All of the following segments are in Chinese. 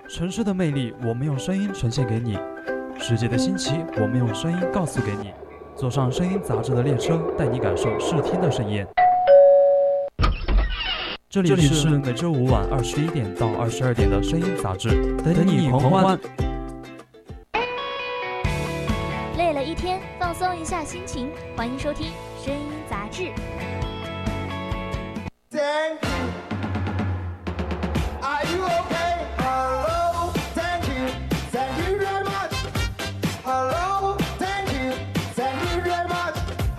城市的魅力，我们用声音呈现给你；世界的新奇，我们用声音告诉给你。坐上声音杂志的列车，带你感受视听的盛宴。这里是每周五晚21点到22点的声音杂志，等你狂欢。 累了一天，放松一下心情，欢迎收听声音杂志。 Thank you. Are you okay? Hello. Thank you. Thank you very much. Hello. Thank you. Thank you very much.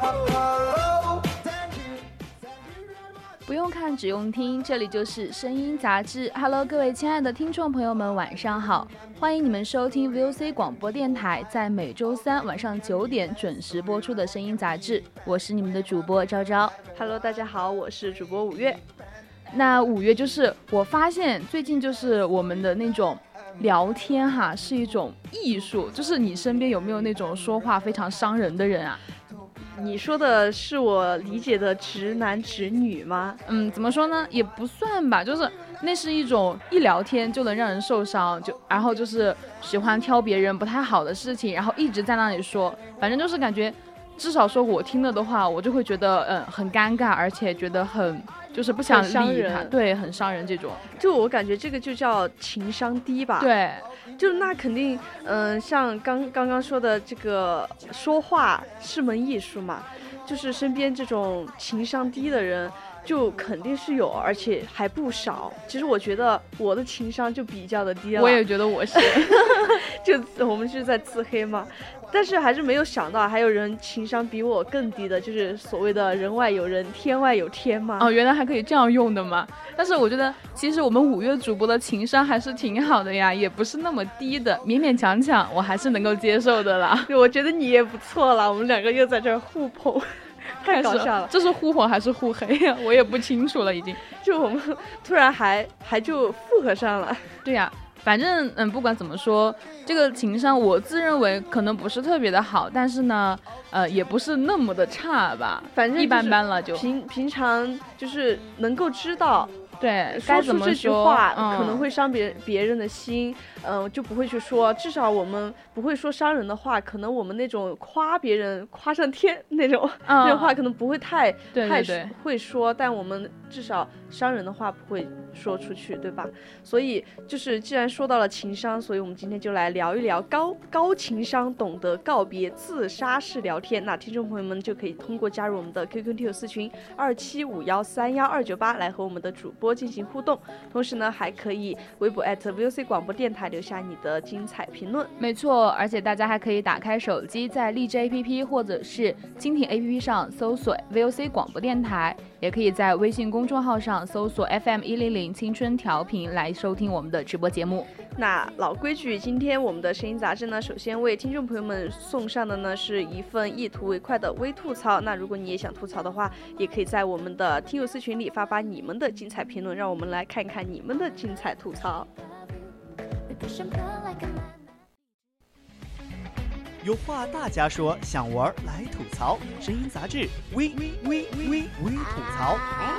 Hello. Thank you. Thank you very much. 不用看，只用听，这里就是声音杂志。Hello， 各位亲爱的听众朋友们，晚上好！欢迎你们收听 VOC 广播电台在每周三晚上9点准时播出的声音杂志。我是你们的主播昭昭。 Hello， 大家好，我是主播5月。 那5月就是我发现最近就是我们的那种聊天哈，是一种艺术。就是你身边有没有那种说话非常伤人的人啊？ 你说的是我理解的直男直女吗？ 怎么说呢，也不算吧，就是那是一种一聊天就能让人受伤，然后就是喜欢挑别人不太好的事情，然后一直在那里说，反正就是感觉至少说我听了的话，我就会觉得很尴尬，而且觉得很就是不想理他，对，很伤人这种。 就我感觉这个就叫情商低吧。 对， 就那肯定，像刚刚说的这个说话是门艺术嘛，就是身边这种情商低的人就肯定是有，而且还不少。其实我觉得我的情商就比较的低了。 我也觉得我是， 就我们是在自黑嘛。但是还是没有想到还有人情商比我更低的，就是所谓的人外有人天外有天嘛。 哦，原来还可以这样用的嘛。但是我觉得其实我们5月主播的情商还是挺好的呀，也不是那么低的，勉勉强强我还是能够接受的啦。 我觉得你也不错啦，我们两个又在这儿互捧，太搞笑了。 这是互捧还是互黑呀？我也不清楚了已经。 就我们突然还就复合上了。 对呀。反正不管怎么说，这个情商我自认为可能不是特别的好，但是呢也不是那么的差吧， 反正一般般了就。 平常就是能够知道对说出这句话可能会伤别人的心，就不会去说，至少我们不会说伤人的话，可能我们那种夸别人夸上天那种话可能不会太会说，但我们至少伤人的话不会说出去，对吧？所以就是既然说到了情商，所以我们今天就来聊一聊高情商懂得告别自杀式聊天。那听众朋友们就可以通过加入我们的 QQ 听友私群2751312998来和我们的主播进行互动，同时呢还可以微博 @VOC 广播电台留下你的精彩评论。 没错，而且大家还可以打开手机，在荔枝 APP 或者是蜻蜓 APP 上搜索 VOC 广播电台，也可以在微信公众号上搜索 FM100青春调频来收听我们的直播节目。 那老规矩，今天我们的声音杂志呢，首先为听众朋友们送上的呢是一份一吐为快的微吐槽。那如果你也想吐槽的话，也可以在我们的听友私群里发你们的精彩评论，让我们来看看你们的精彩吐槽。 有话大家说，想玩来吐槽，声音杂志微吐槽。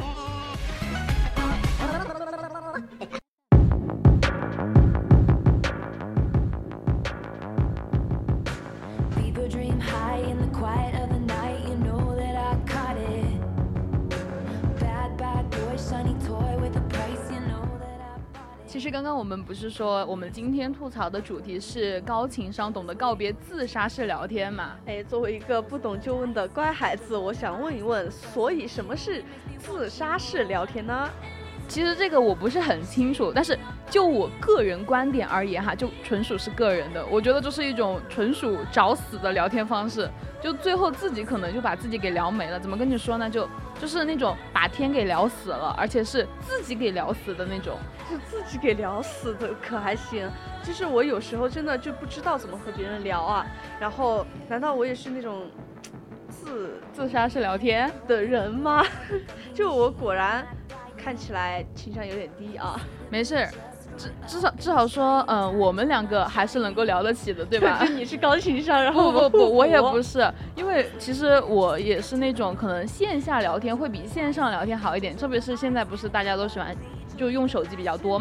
其实刚刚我们不是说我们今天吐槽的主题是高情商懂得告别自杀式聊天嘛？ 作为一个不懂就问的乖孩子，我想问一问，所以什么是自杀式聊天呢？ 其实这个我不是很清楚，但是就我个人观点而言哈，就纯属是个人的，我觉得这是一种纯属找死的聊天方式，就最后自己可能就把自己给聊没了。怎么跟你说呢？就是那种把天给聊死了，而且是自己给聊死的那种。 是自己给聊死的可还行，就是我有时候真的就不知道怎么和别人聊啊，然后难道我也是那种自杀式聊天的人吗？就我果然看起来情商有点低啊。 没事，至少说我们两个还是能够聊得起的，对吧？ 就你是高情商，然后不，我也不是，因为其实我也是那种可能线下聊天会比线上聊天好一点，特别是现在不是大家都喜欢就用手机比较多嘛，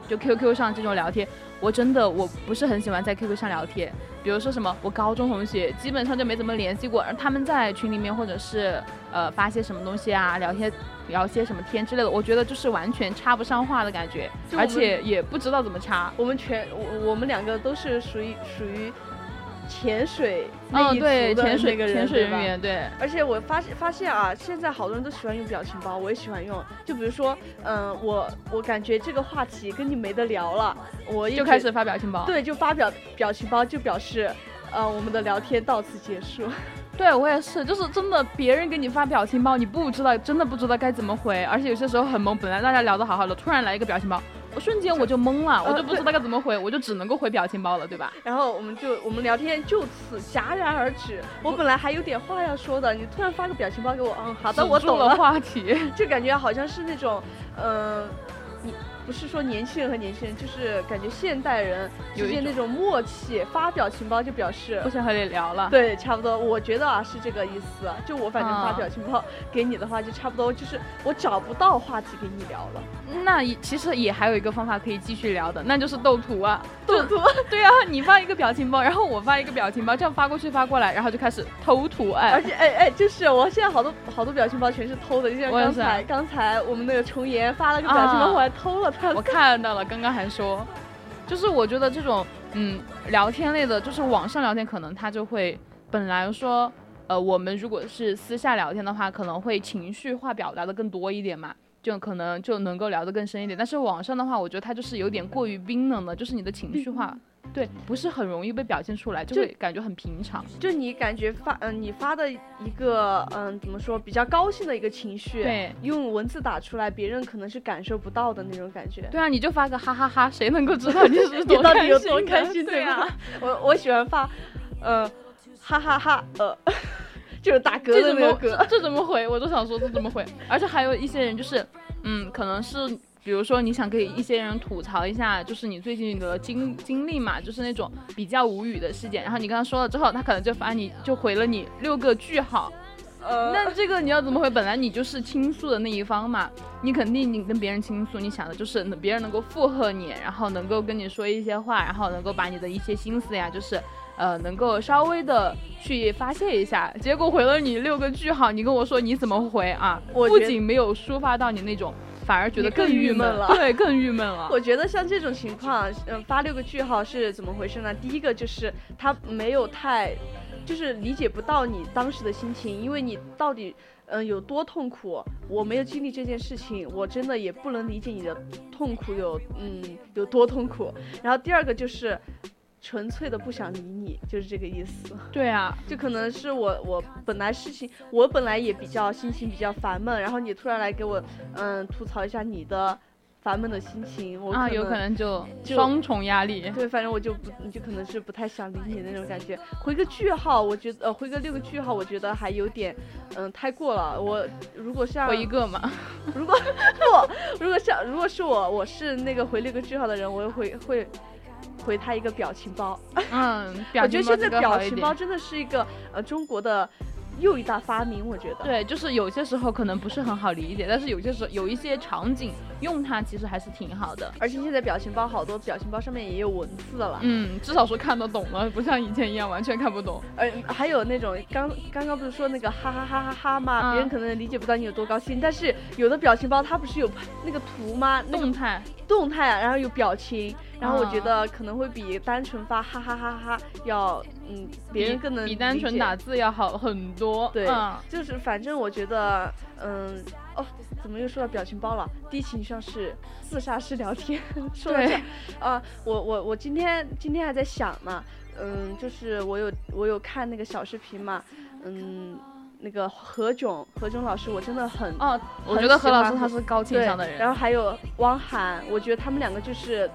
就 QQ 上这种聊天，我不是很喜欢在 QQ 上聊天。比如说什么我高中同学基本上就没怎么联系过，而他们在群里面或者是发些什么东西啊，聊些什么天之类的，我觉得就是完全插不上话的感觉，而且也不知道怎么插。 我们两个都是属于潜水那一族的那个人， 潜水人员，对。 而且我发现啊，现在好多人都喜欢用表情包，我也喜欢用。就比如说，我感觉这个话题跟你没得聊了，我就开始发表情包。 对，就发表情包，就表示，我们的聊天到此结束。 对，我也是，就是真的，别人给你发表情包，你真的不知道该怎么回，而且有些时候很懵，本来大家聊得好好的，突然来一个表情包。我瞬间我就懵了，我就不知道该怎么回，我就只能够回表情包了，对吧？ 然后我们聊天就此戛然而止。我本来还有点话要说的，你突然发个表情包给我，好的，我懂了话题， 就感觉好像是那种，你不是说年轻人和年轻人，就是感觉现代人之间那种默契，发表情包就表示不想和你聊了。 对，差不多，我觉得是这个意思。就我反正发表情包给你的话，就差不多就是我找不到话题跟你聊了。 那其实也还有一个方法可以继续聊的，那就是斗图啊。 斗图， 对啊，你发一个表情包，然后我发一个表情包，这样发过去发过来，然后就开始偷图。 而且就是我现在好多表情包全是偷的，就像刚才我们那个重言发了个表情包，我还偷了他。 我看到了，刚刚还说，就是我觉得这种聊天类的，就是网上聊天，可能他就会本来说我们如果是私下聊天的话，可能会情绪化表达的更多一点嘛，就可能就能够聊得更深一点。但是网上的话，我觉得它就是有点过于冰冷了，就是你的情绪化对，不是很容易被表现出来，就会感觉很平常。 就你感觉你发的一个怎么说比较高兴的一个情绪， 对， 用文字打出来，别人可能是感受不到的那种感觉。 对啊，你就发个哈哈哈，谁能够知道你是多到底有多开心？ 对啊， 我喜欢发哈哈哈就是打嗝的那个嗝， 这怎么回？我都想说这怎么回。而且还有一些人就是可能是。比如说你想给一些人吐槽一下，就是你最近的经历嘛，就是那种比较无语的事件，然后你刚刚说了之后，他可能就回了你6个句号。那这个你要怎么回？本来你就是倾诉的那一方嘛，你肯定你跟别人倾诉，你想的就是别人能够附和你，然后能够跟你说一些话，然后能够把你的一些心思呀，就是能够稍微的去发泄一下。结果回了你6个句号，你跟我说你怎么回啊？不仅没有抒发到你那种。反而觉得更郁闷了，对，更郁闷了。 我觉得像这种情况，发6个句号是怎么回事呢？第一个就是他没有就是理解不到你当时的心情，因为你到底有多痛苦，我没有经历这件事情，我真的也不能理解你的痛苦有多痛苦。然后第二个就是纯粹的不想理你，就是这个意思。 对啊， 就可能是我本来也心情比较烦闷，然后你突然来给我吐槽一下你的烦闷的心情，我有可能就双重压力。 对，反正你就可能是不太想理你那种感觉。回个句号，我觉得回个6个句号，我觉得还有点太过了。我如果像回一个嘛， 如果是我是那个回6个句号的人，我会回他一个表情包。我觉得现在表情包真的是一个中国的又一大发明，我觉得。 对，就是有些时候可能不是很好理解，但是有些时候有一些场景用它其实还是挺好的。 而且现在表情包好多表情包上面也有文字了， 至少说看得懂了，不像以前一样完全看不懂。 还有那种刚刚不是说那个哈哈哈哈哈嘛，别人可能理解不到你有多高兴，但是有的表情包它不是有那个图吗？动态啊，然后有表情，然后我觉得可能会比单纯发哈哈哈哈要别人更能理解， 比单纯打字要好很多。 对，就是反正我觉得怎么又说到表情包了？低情商是自杀式聊天。说到这我今天还在想嘛，就是我有看那个小视频嘛，那个何炅老师，我真的我觉得何老师他是高情商的人。 然后还有汪涵，我觉得他们2个就是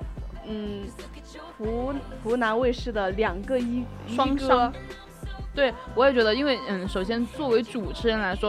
湖南卫视的2个双哥。 对，我也觉得，因为首先作为主持人来说，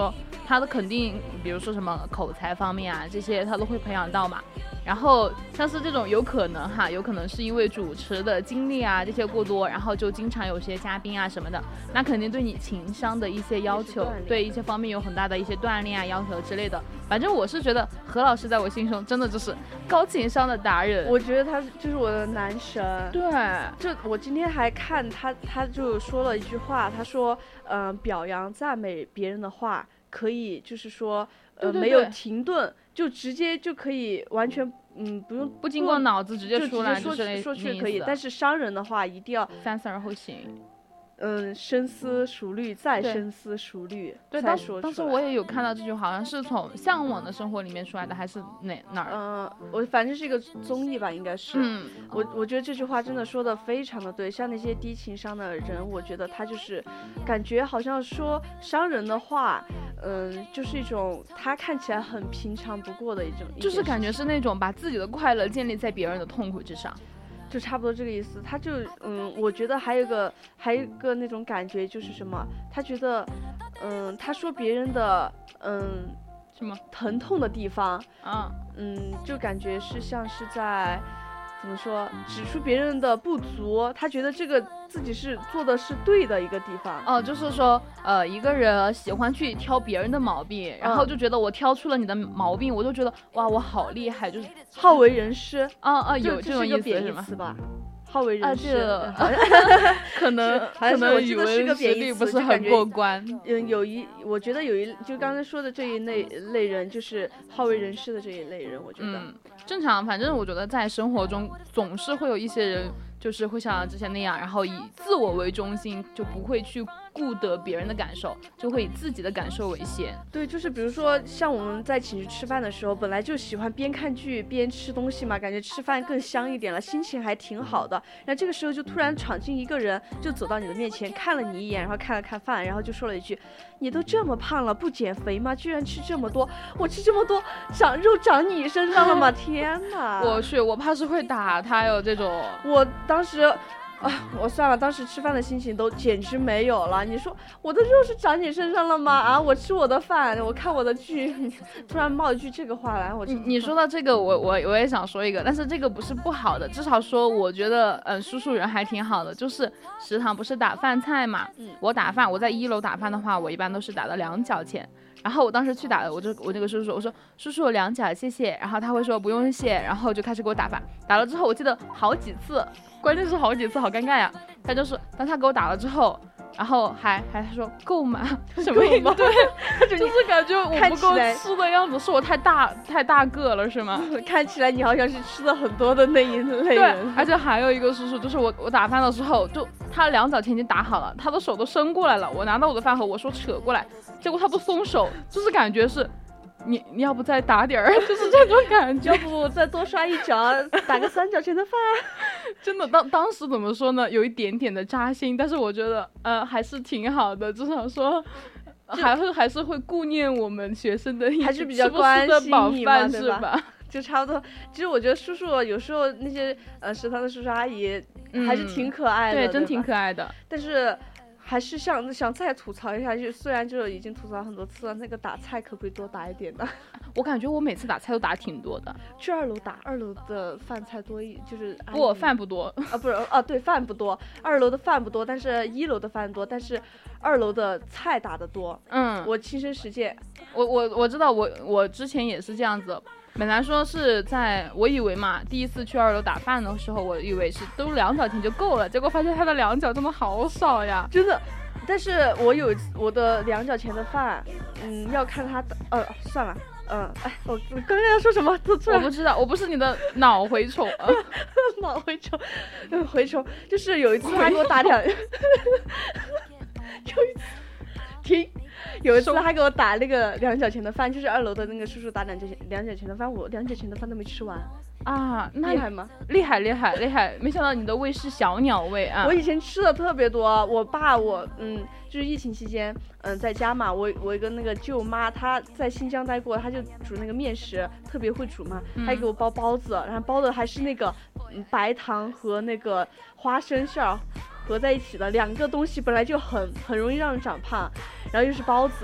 他的肯定比如说什么口才方面啊这些他都会培养到嘛。然后像是这种有可能是因为主持的经历啊这些过多，然后就经常有些嘉宾啊什么的，那肯定对你情商的一些要求，对一些方面有很大的一些锻炼啊要求之类的。反正我是觉得何老师在我心中真的就是高情商的达人， 我觉得他就是我的男神。 对， 这我今天还看他就说了一句话，他说表扬赞美别人的话可以就是说对没有停顿，就直接就可以完全不经过脑子直接出来， 就直接说去可以，但是伤人的话一定要三思而后行。 深思熟虑，再深思熟虑。 对，当时我也有看到这句，好像是从《向往的生活》里面出来的，还是哪儿？ 我反正是一个综艺吧，应该是。我觉得这句话真的说的非常的对，像那些低情商的人，我觉得他就是感觉好像说伤人的话，就是一种他看起来很平常不过的一种， 就是感觉是那种把自己的快乐建立在别人的痛苦之上。 就差不多这个意思，他就我觉得还有一个那种感觉就是什么，他觉得他说别人的什么疼痛的地方就感觉是像是在怎么说指出别人的不足，他觉得这个自己是做的是对的一个地方。 就是说一个人喜欢去挑别人的毛病，然后就觉得我挑出了你的毛病，我就觉得哇我好厉害，就是好为人师。 有这种意思是吧？好为人师， 可能语文实力不是很过关。 我觉得有一就刚才说的这一类人，就是好为人师的这一类人，我觉得正常。反正我觉得在生活中总是会有一些人，就是会像之前那样，然后以自我为中心，就不会去顾得别人的感受，就会以自己的感受为先。 对，就是比如说像我们在寝室吃饭的时候，本来就喜欢边看剧边吃东西嘛，感觉吃饭更香一点了，心情还挺好的。然后这个时候就突然闯进一个人，就走到你的面前，看了你一眼，然后看了看饭，然后就说了一句：“你都这么胖了，不减肥吗？居然吃这么多！我吃这么多，肉长你身上了吗？天哪！” 我怕是会打他哟这种。 我当时。我算了，当时吃饭的心情都简直没有了。你说我的肉是长你身上了吗？我吃我的饭，我看我的剧，突然冒一句这个话来， 你说到这个，我也想说一个，但是这个不是不好的，至少说我觉得叔叔人还挺好的。就是食堂不是打饭菜嘛，我打饭，我在1楼打饭的话，我一般都是打到2角钱。然后我当时去打的，我这个叔叔，我说叔叔2角谢谢，然后他会说不用谢，然后就开始给我打饭。打了之后，我记得好几次，关键是好几次，好尴尬呀。他就是当他给我打了之后，然后还他说够吗？什么意思？对，就是感觉我不够吃的样子，是我太大个了是吗？ 看起来你好像是吃了很多的那一类人。 对，而且还有一个叔叔，就是我打饭的时候，就他2角钱已经打好了，他的手都伸过来了，我拿到我的饭盒，我说扯过来，结果他不松手，就是感觉是。你要不再打点儿，就是这种感觉。 要不再多刷1角，打个3角钱的饭。 真的，当时怎么说呢？有一点点的扎心，但是我觉得还是挺好的，至少说还是会顾念我们学生的， 还是比较关心你嘛， 是吧？ 就差不多。其实我觉得叔叔有时候那些食堂的叔叔阿姨还是挺可爱的， 对，真挺可爱的。 但是。还是想再吐槽一下，就虽然就已经吐槽很多次了，那个打菜可不可以多打一点呢？ 我感觉我每次打菜都打挺多的。 去2楼打，2楼的饭菜多就是不饭不多不是对，饭不多，2楼的饭不多，但是1楼的饭多，但是2楼的菜打得多。我亲身实践。 我知道，我之前也是这样子。本来说是我以为嘛，第一次去2楼打饭的时候，我以为是都2角钱就够了，结果发现他的2角真的好少呀， 真的。但是我的2角钱的饭，要看他算了，我刚刚要说什么？ 我不知道，我不是你的脑蛔虫啊， 脑蛔虫，就是有一次他给我打2，有一次他给我打那个2角钱的饭，就是2楼的那个叔叔打2角钱的饭，我2角钱的饭都没吃完啊， 厉害吗？ 厉害，没想到你的胃是小鸟胃啊！ 我以前吃的特别多，我爸就是疫情期间在家嘛，我一个那个舅妈，她在新疆待过，她就煮那个面食，特别会煮嘛，她给我包包子，然后包的还是那个白糖和那个花生馅儿合在一起的，2个东西本来就很容易让人长胖，然后又是包子。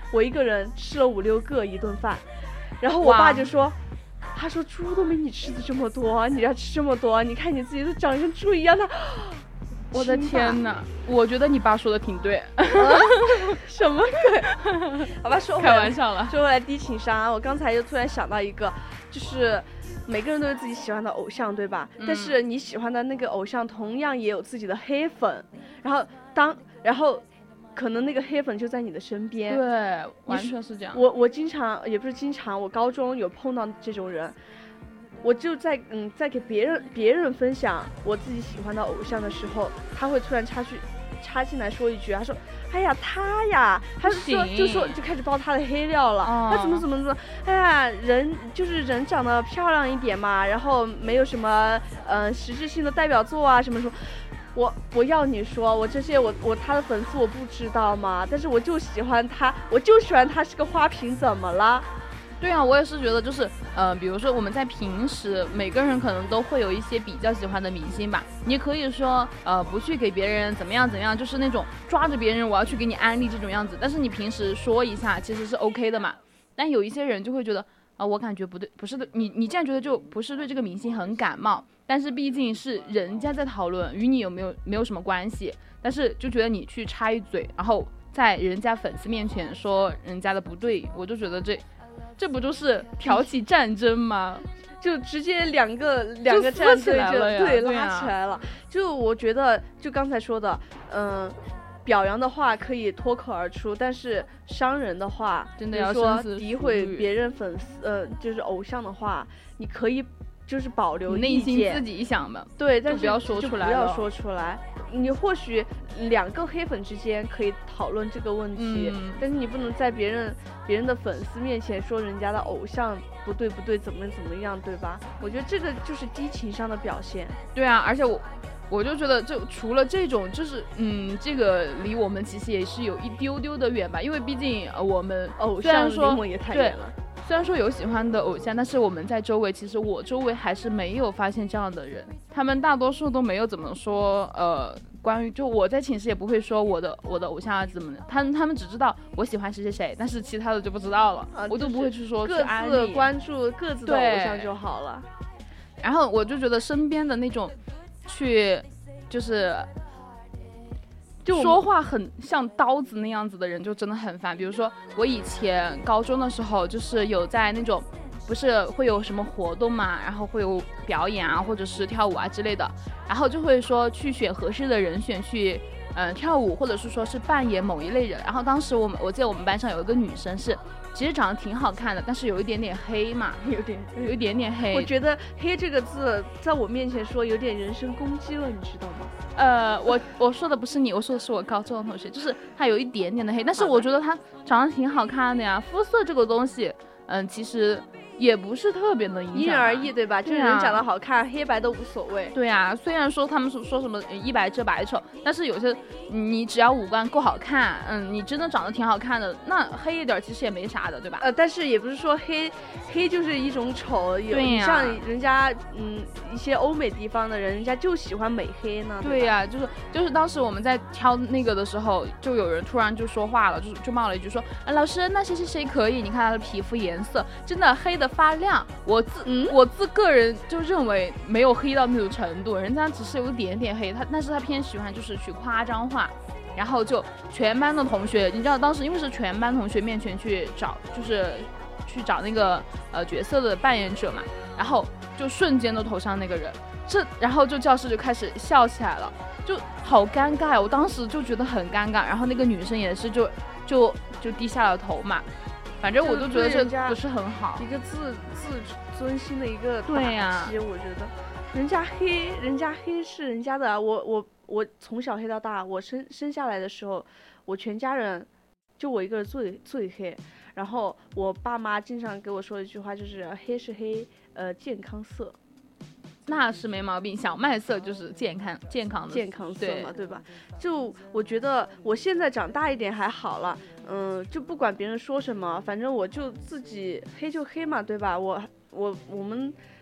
我一个人吃了5、6个一顿饭，然后我爸就说。他说猪都没你吃的这么多，你要吃这么多，你看你自己都长得跟猪一样的。 我的天哪，我觉得你爸说的挺对。 什么鬼？好吧，说回来， 开玩笑了。 说回来低情商，我刚才又突然想到一个，就是每个人都有自己喜欢的偶像，对吧？但是你喜欢的那个偶像同样也有自己的黑粉，然后可能那个黑粉就在你的身边。 对，完全是这样。 我经常，也不是经常，我高中有碰到这种人。我就在给别人分享我自己喜欢的偶像的时候，他会突然插进来说一句，他说：“哎呀，他呀，他就开始爆他的黑料了，他怎么，哎呀，人长得漂亮一点嘛，然后没有什么实质性的代表作啊什么什么。”我要你说，我这些我他的粉丝我不知道吗？但是我就喜欢他，是个花瓶，怎么了？ 对啊，我也是觉得就是比如说我们在平时每个人可能都会有一些比较喜欢的明星吧，你可以说不去给别人怎么样，就是那种抓着别人我要去给你安利这种样子，但是你平时说一下其实是 OK 的嘛。但有一些人就会觉得我感觉不对，不是的，你这样觉得就不是对这个明星很感冒，但是毕竟是人家在讨论，与你没有什么关系，但是就觉得你去插一嘴，然后在人家粉丝面前说人家的不对，我就觉得这不就是挑起战争吗？ 就直接两个战队就拉起来了。就我觉得，就刚才说的，表扬的话可以脱口而出，但是伤人的话， 真的要说诋毁别人粉丝，就是偶像的话，你可以就是保留意见， 内心自己想的， 对，但是不要说出来， 不要说出来。你或许2个黑粉之间可以讨论这个问题，但是你不能在别人的粉丝面前说人家的偶像不对，怎么样，对吧？我觉得这个就是低情商的表现。 对啊，而且我就觉得，就除了这种，就是这个离我们其实也是有一丢丢的远吧，因为毕竟我们偶像离我们也太远了。 虽然说有喜欢的偶像，但是我们在周围，其实我周围还是没有发现这样的人，他们大多数都没有怎么说关于就我在寝室也不会说我的偶像啊怎么的，他们只知道我喜欢谁，但是其他的就不知道了，我都不会去说各自关注各自的偶像就好了。 然后我就觉得身边的那种就说话很像刀子那样子的人就真的很烦。比如说我以前高中的时候，就是有在那种不是会有什么活动嘛，然后会有表演啊或者是跳舞啊之类的，然后就会说去选合适的人选去跳舞，或者是说是扮演某一类人。然后当时我记得我们班上有一个女生是其实长得挺好看的，但是有一点点黑嘛，有一点点黑。 我觉得黑这个字在我面前说有点人身攻击了，你知道吗？ 我说的不是你，我说的是我高中的同学，就是她有一点点的黑，但是我觉得她长得挺好看的呀。肤色这个东西其实也不是特别能影响， 因人而异，对吧？就是人长得好看，黑白都无所谓。 对啊，虽然说他们说什么一白遮百丑，但是有些你只要五官够好看，你真的长得挺好看的，那黑一点其实也没啥的，对吧？ 但是也不是说黑就是一种丑， 对呀， 像人家一些欧美地方的人，人家就喜欢美黑呢。 对呀，就是当时我们在挑那个的时候，就有人突然就说话了，就骂了一句说，老师那谁可以？你看他的皮肤颜色真的黑的发亮，我自个人就认为没有黑到那种程度，人家只是有一点点黑，但是他偏喜欢就是去夸张化，然后就全班的同学，你知道当时因为是全班同学面前去找，就是去找那个角色的扮演者嘛，然后就瞬间都投上那个人，然后就教室就开始笑起来了，就好尴尬，我当时就觉得很尴尬，然后那个女生也是就低下了头嘛。反正我就觉得这不是很好， 一个自尊心的一个打击。 对呀， 我觉得人家黑是人家的。我从小黑到大，我生下来的时候，我全家人就我一个人最黑。然后我爸妈经常给我说一句话，就是黑是黑，健康色。 那是没毛病，小麦色就是健康色嘛，对吧？就我觉得我现在长大一点还好了，就不管别人说什么，反正我就自己黑就黑嘛，对吧？我们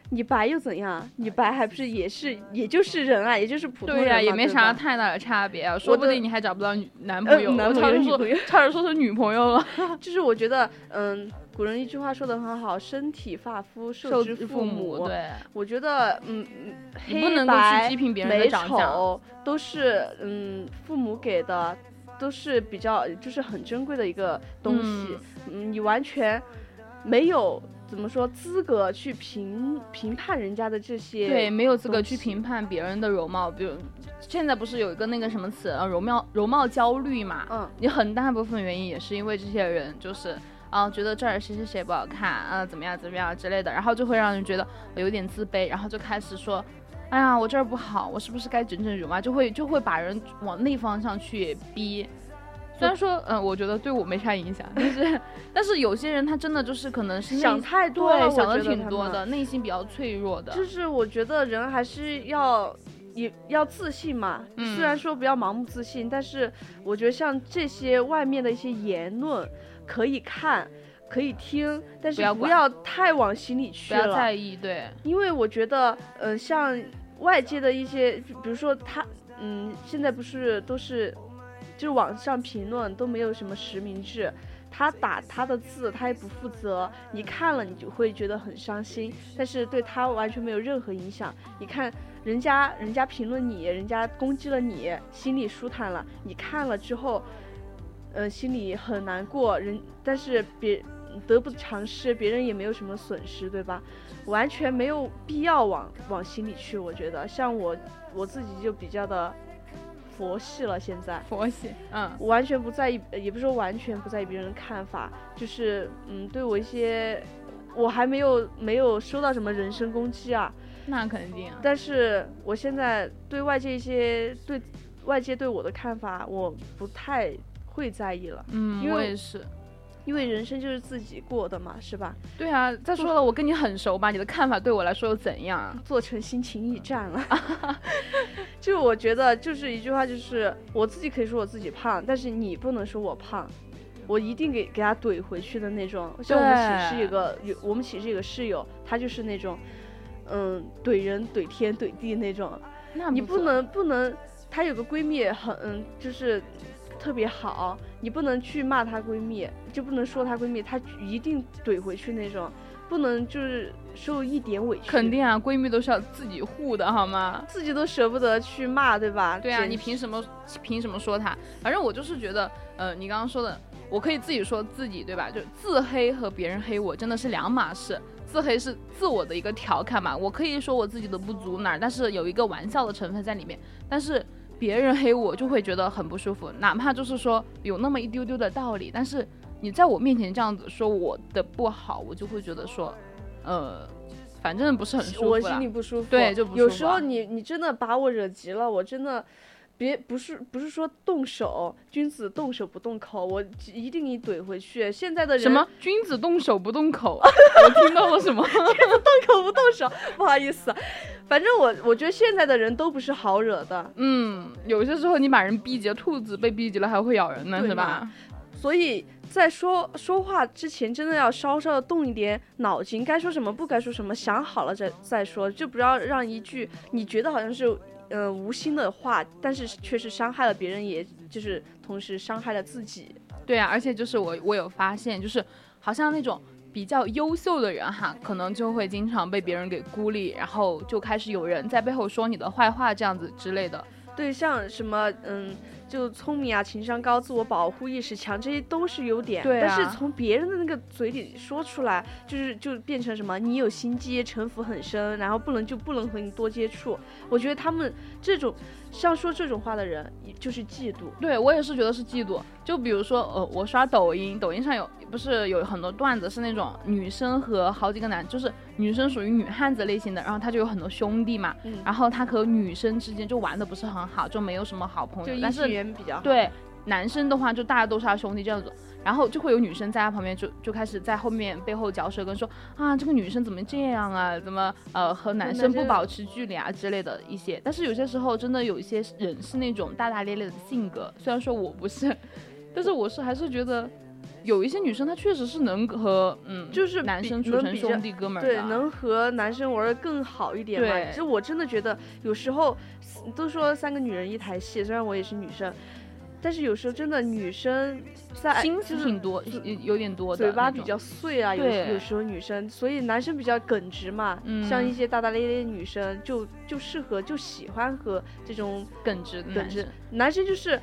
你白又怎样？你白还不是也就是人啊，也就是普通人嘛， 对呀，也没啥对吧太大的差别啊，说不定你还找不到男朋友， 男朋友女朋友差点说成女朋友了。 就是我觉得，古人一句话说得很好，身体发肤受之父母。 对， 我觉得， 你不能够去批评别人的长相， 美丑都是父母给的，都是比较就是很珍贵的一个东西。你完全没有怎么说资格去评判人家的这些， 对，没有资格去评判别人的容貌。比如现在不是有一个那个什么词容貌焦虑嘛？你很大部分原因也是因为这些人就是。觉得这儿谁谁谁不好看怎么样之类的，然后就会让人觉得有点自卑，然后就开始说，哎呀，我这儿不好，我是不是该整容啊？就会把人往那方向去逼。虽然说，我觉得对我没啥影响，但是有些人他真的就是可能是想太多了， 对，想的挺多的，内心比较脆弱的。 就是我觉得人还是要自信嘛，虽然说不要盲目自信，但是我觉得像这些外面的一些言论。可以看，可以听，但是不要太往心里去了， 不要在意，对。 因为我觉得，像外界的一些，比如说他，现在不是都是，就是网上评论都没有什么实名制，他打他的字，他也不负责，你看了你就会觉得很伤心，但是对他完全没有任何影响。你看人家评论你，人家攻击了你，心里舒坦了，你看了之后。心里很难过，但是得不偿失，别人也没有什么损失，对吧？完全没有必要往心里去。我觉得，像我自己就比较的佛系了，现在佛系， 我完全不在意，也不是说完全不在意别人的看法，就是对我一些，我还没有收到什么人身攻击啊， 那肯定啊。 但是我现在对外界对我的看法，我不太。会在意了，因为我也是， 因为人生就是自己过的嘛，是吧？ 对啊，再说了，我跟你很熟吧，你的看法对我来说又怎样？ 做成心情驿站了，就我觉得就是一句话，就是我自己可以说我自己胖，但是你不能说我胖，我一定给他怼回去的那种。像我们寝室有个室友，他就是那种，怼人、怼天、怼地那种。 那你不能，她有个闺蜜就是特别好，你不能去骂她闺蜜，就不能说她闺蜜，她一定怼回去那种，不能就是受一点委屈。 肯定啊，闺蜜都是要自己护的好吗？ 自己都舍不得去骂，对吧？ 对啊，你凭什么说她？反正我就是觉得，你刚刚说的，我可以自己说自己，对吧？就自黑和别人黑我真的是两码事。自黑是自我的一个调侃嘛，我可以说我自己的不足哪儿，但是有一个玩笑的成分在里面。但是别人黑我就会觉得很不舒服，哪怕就是说有那么一丢丢的道理，但是你在我面前这样子说我的不好，我就会觉得说，反正不是很舒服， 我心里不舒服。 对，就不舒服。 有时候你真的把我惹急了，我真的。不是说动手，君子动手不动口，我一定给你怼回去。现在的人什么君子动手不动口？我听到了什么？君子动口不动手，不好意思，反正我觉得现在的人都不是好惹的。 有些时候你把人逼急了，兔子被逼急了还会咬人呢，是吧？ 所以在说话之前，真的要稍稍的动一点脑筋，该说什么不该说什么，想好了再说，就不要让一句你觉得好像是。无心的话，但是却是伤害了别人，也就是同时伤害了自己。 对啊，而且就是我有发现，就是好像那种比较优秀的人哈，可能就会经常被别人给孤立，然后就开始有人在背后说你的坏话这样子之类的。 对，像什么就聪明啊，情商高，自我保护意识强，这些都是优点。 对啊。 但是从别人的那个嘴里说出来，就变成什么？你有心机，城府很深，然后不能和你多接触。我觉得他们这种像说这种话的人，就是嫉妒。 对，我也是觉得是嫉妒。就比如说，我刷抖音上不是有很多段子是那种女生和好几个就是女生属于女汉子类型的，然后她就有很多兄弟嘛，然后她和女生之间就玩的不是很好，就没有什么好朋友，但是比较好。 对男生的话，就大家都是他兄弟这样子，然后就会有女生在他旁边就开始在后面背后嚼舌根说啊，这个女生怎么这样啊，怎么和男生不保持距离啊之类的一些。但是有些时候真的有一些人是那种大大咧咧的性格，虽然说我不是，但是我还是觉得有一些女生她确实是能和就是男生处成兄弟哥们儿的， 对，能和男生玩的更好一点嘛。其实我真的觉得有时候都说3个女人一台戏，虽然我也是女生，但是有时候真的女生在心思挺多，有点多的， 嘴巴比较碎啊，有时候女生，所以男生比较耿直嘛，像一些大大咧咧的女生就适合就喜欢和这种耿直的男生就是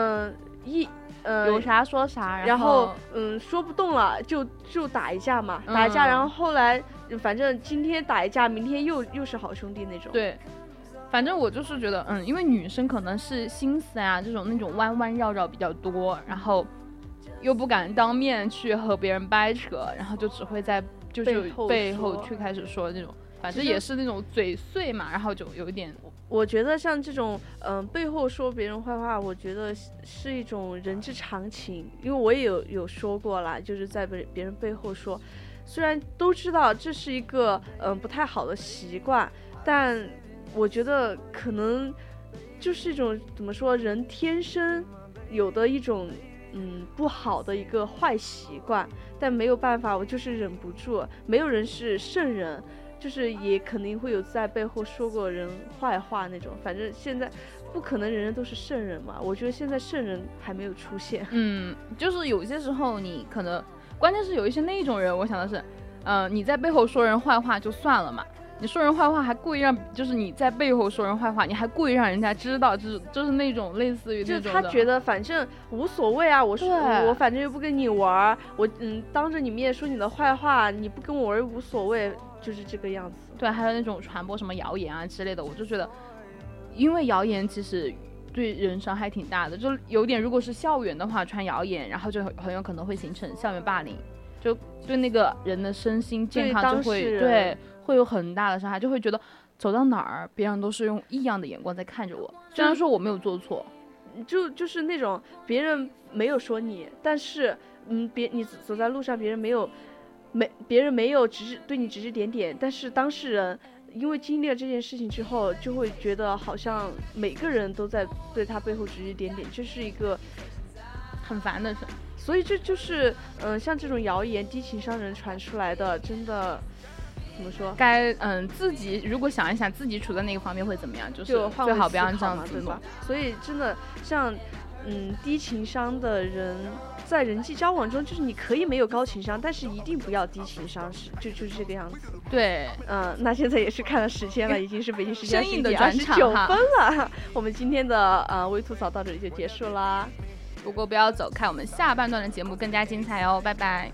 有啥说啥， 然后说不动了就打一架嘛，打一架，然后后来反正今天打一架，明天又是好兄弟那种。 对，反正我就是觉得因为女生可能是心思啊那种弯弯绕绕比较多，然后又不敢当面去和别人掰扯，然后就只会在就是背后去开始说这种，反正也是那种嘴碎嘛，然后就有一点。 我觉得像这种背后说别人坏话，我觉得是一种人之常情，因为我也有说过啦，就是在别人背后说，虽然都知道这是一个不太好的习惯，但我觉得可能就是一种怎么说，人天生有的一种不好的一个坏习惯，但没有办法，我就是忍不住，没有人是圣人。就是也肯定会有在背后说过人坏话那种，反正现在不可能人人都是圣人嘛，我觉得现在圣人还没有出现。 就是有些时候你可能，关键是有一些那种人，我想的是，你在背后说人坏话就算了嘛，你说人坏话还故意就是你在背后说人坏话，你还故意让人家知道，就是那种类似于那种的， 就是他觉得反正无所谓啊，我反正又不跟你玩，我当着你面说你的坏话，你不跟我玩无所谓。就是这个样子。 对，还有那种传播什么谣言啊之类的，我就觉得，因为谣言其实对人伤害挺大的，就有点，如果是校园的话，传谣言，然后就很有可能会形成校园霸凌，就对那个人的身心健康就会会有很大的伤害，就会觉得走到哪儿别人都是用异样的眼光在看着我，虽然说我没有做错， 就是那种别人没有说你，但是你走在路上，别人没有只是对你指指点点，但是当事人因为经历了这件事情之后，就会觉得好像每个人都在对他背后指指点点，这是一个很烦的事。 所以这就是像这种谣言低情商人传出来的，真的怎么说？ 该自己如果想一想自己处在那个方面会怎么样，就是最好不要这样子， 对吧？所以真的像低情商的人在人际交往中，就是你可以没有高情商，但是一定不要低情商，就是这个样子。 对， 那现在也是看了时间了，已经是北京时间 11点 29分了。我们今天的微吐槽到这里就结束啦。 不过不要走开，我们下半段的节目更加精彩哦，拜拜。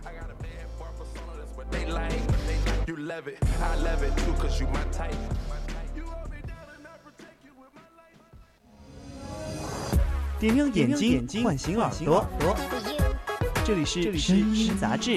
点亮眼睛，唤醒耳朵。这里是声音杂志。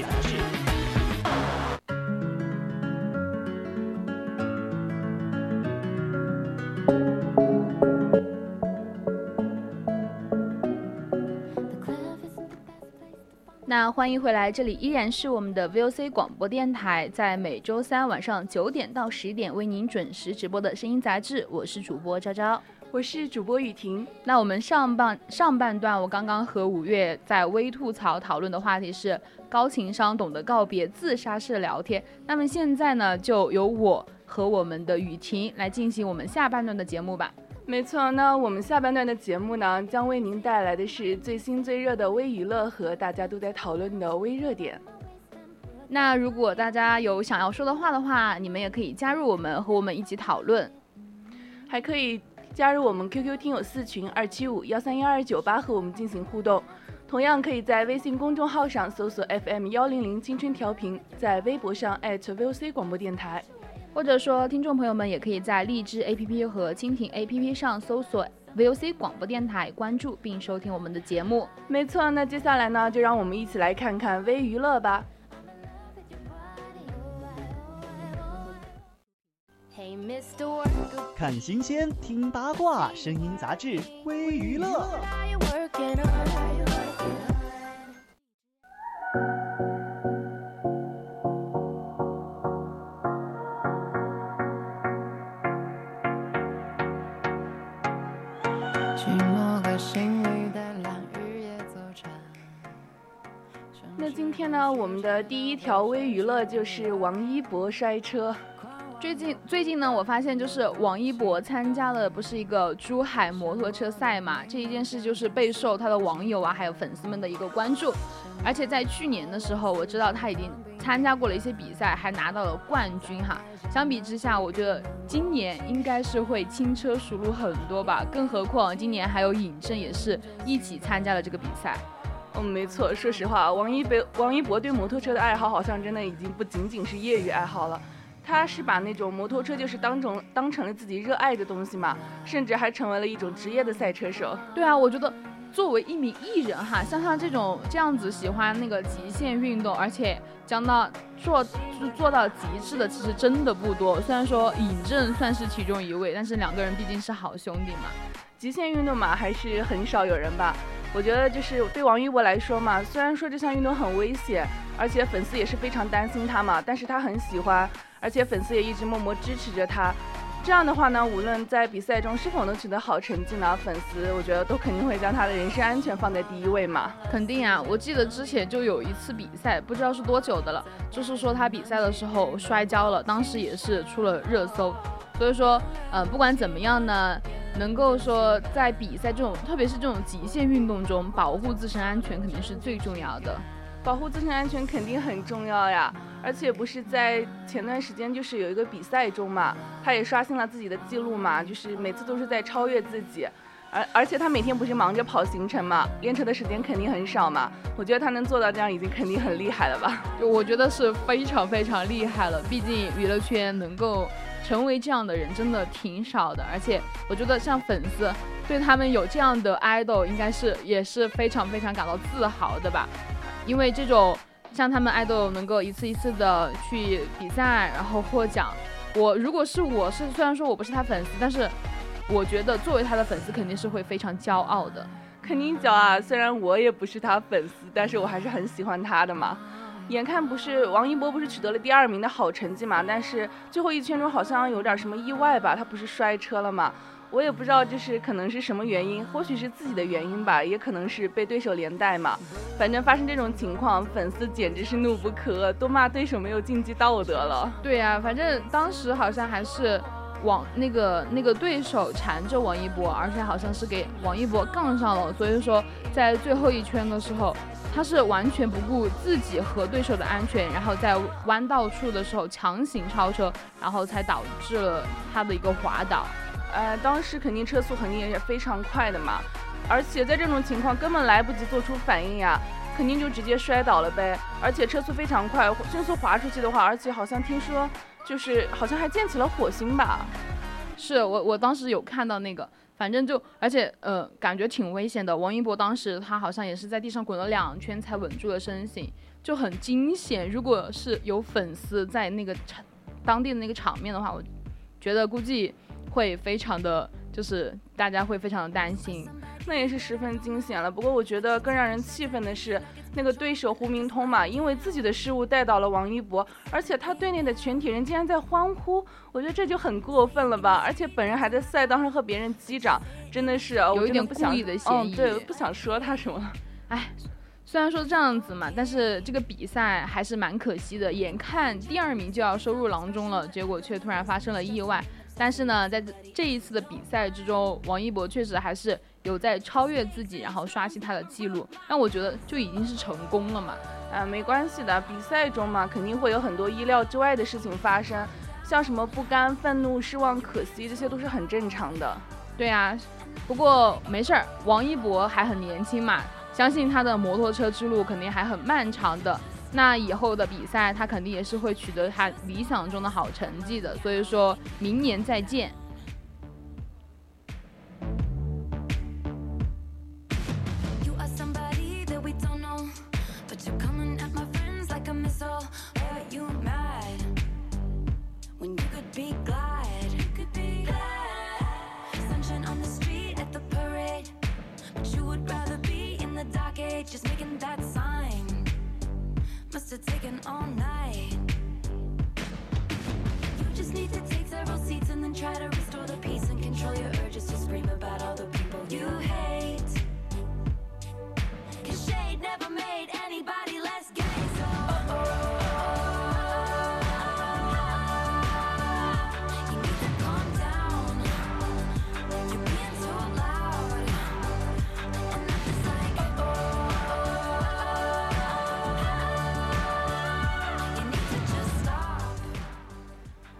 那欢迎回来，这里依然是我们的 VOC 广播电台，在每周3晚上9点到10点为您准时直播的声音杂志，我是主播昭昭。 我是主播雨婷。 那我们上半段，我刚刚和5月在微吐槽讨论的话题是高情商懂得告别自杀式聊天。那么现在呢，就由我和我们的雨婷来进行我们下半段的节目吧。 没错，那我们下半段的节目呢，将为您带来的是最新最热的微娱乐和大家都在讨论的微热点。 那如果大家有想要说的话的话，你们也可以加入我们，和我们一起讨论， 还可以加入我们 QQ 听友4群275-131-298和我们进行互动。同样可以在微信公众号上搜索 FM100青春调频，在微博上@VOC 广播电台。 或者说听众朋友们也可以在荔枝 APP 和蜻蜓 APP 上搜索 VOC 广播电台，关注并收听我们的节目。 没错，那接下来呢，就让我们一起来看看微娱乐吧。 看新鲜，听八卦，声音杂志微娱乐。 天呢，我们的第一条微娱乐就是王一博摔车。 最近呢，我发现就是王一博参加了不是一个珠海摩托车赛嘛，这一件事就是备受他的网友啊还有粉丝们的一个关注。而且在去年的时候，我知道他已经参加过了一些比赛，还拿到了冠军哈。相比之下，我觉得今年应该是会轻车熟路很多吧，更何况今年还有尹正也是一起参加了这个比赛。 没错，说实话，王一博对摩托车的爱好好像真的已经不仅仅是业余爱好了。他是把那种摩托车就是当成了自己热爱的东西嘛，甚至还成为了一种职业的赛车手。 对啊，我觉得作为一名艺人哈，像他这样子喜欢那个极限运动，而且将到做到极致的，其实真的不多。虽然说尹正算是其中一位，但是两个人毕竟是好兄弟嘛。 极限运动嘛，还是很少有人吧。我觉得就是对王一博来说嘛，虽然说这项运动很危险，而且粉丝也是非常担心他嘛，但是他很喜欢，而且粉丝也一直默默支持着他。这样的话呢，无论在比赛中是否能取得好成绩呢，粉丝我觉得都肯定会将他的人身安全放在第一位嘛。 肯定啊，我记得之前就有一次比赛，不知道是多久的了，就是说他比赛的时候摔跤了，当时也是出了热搜。所以说不管怎么样呢，能够说在比赛这种特别是这种极限运动中保护自身安全肯定是最重要的。 保护自身安全肯定很重要呀，而且不是在前段时间就是有一个比赛中嘛，他也刷新了自己的记录嘛，就是每次都是在超越自己，而且他每天不是忙着跑行程嘛，练车的时间肯定很少嘛，我觉得他能做到这样已经肯定很厉害了吧。 我觉得是非常非常厉害了，毕竟娱乐圈能够成为这样的人真的挺少的，而且我觉得像粉丝对他们有这样的 idol 应该是也是非常非常感到自豪的吧。因为这种像他们 idol 能够一次一次的去比赛然后获奖，如果是虽然说我不是他粉丝，但是我觉得作为他的粉丝肯定是会非常骄傲的。 肯定骄傲，虽然我也不是他粉丝，但是我还是很喜欢他的嘛。眼看不是王一博不是取得了第2名的好成绩嘛，但是最后一圈中好像有点什么意外吧，他不是摔车了嘛，我也不知道就是可能是什么原因，或许是自己的原因吧，也可能是被对手连带嘛。反正发生这种情况，粉丝简直是怒不可遏，都骂对手没有竞技道德了。 对呀，反正当时好像还是那个对手缠着王一博，而且好像是给王一博杠上了，所以说在最后一圈的时候，他是完全不顾自己和对手的安全，然后在弯道处的时候强行超车，然后才导致了他的一个滑倒。 当时肯定车速肯定也是非常快的嘛，而且在这种情况根本来不及做出反应呀，肯定就直接摔倒了呗。而且车速非常快，迅速滑出去的话，而且好像听说就是好像还溅起了火星吧。 是我当时有看到那个，反正就而且感觉挺危险的。王一博当时他好像也是在地上滚了2圈才稳住了身形，就很惊险。如果是有粉丝在那个当地的那个场面的话，我觉得估计会非常的，就是大家会非常的担心， 那也是十分惊险了。不过我觉得更让人气愤的是，那个对手胡明通嘛，因为自己的失误带倒了王一博，而且他队内的全体人竟然在欢呼，我觉得这就很过分了吧。而且本人还在赛道上和别人击掌，真的是有一点故意的嫌疑。 对，我不想说他什么。 哎，虽然说这样子嘛，但是这个比赛还是蛮可惜的，眼看第2名就要收入囊中了，结果却突然发生了意外。但是呢，在这一次的比赛之中，王一博确实还是有在超越自己，然后刷新他的记录，让我觉得就已经是成功了嘛。 没关系的，比赛中嘛，肯定会有很多意料之外的事情发生，像什么不甘、愤怒、失望、可惜，这些都是很正常的。 对啊，不过没事儿，王一博还很年轻嘛，相信他的摩托车之路肯定还很漫长的。那以后的比赛他肯定也是会取得他理想中的好成绩的，所以说明年再见。 Must have taken all night. You just need to take several seats and then try to restore the peace and control your urges to scream about all the people you hate. 'Cause shade never made anybody less gay.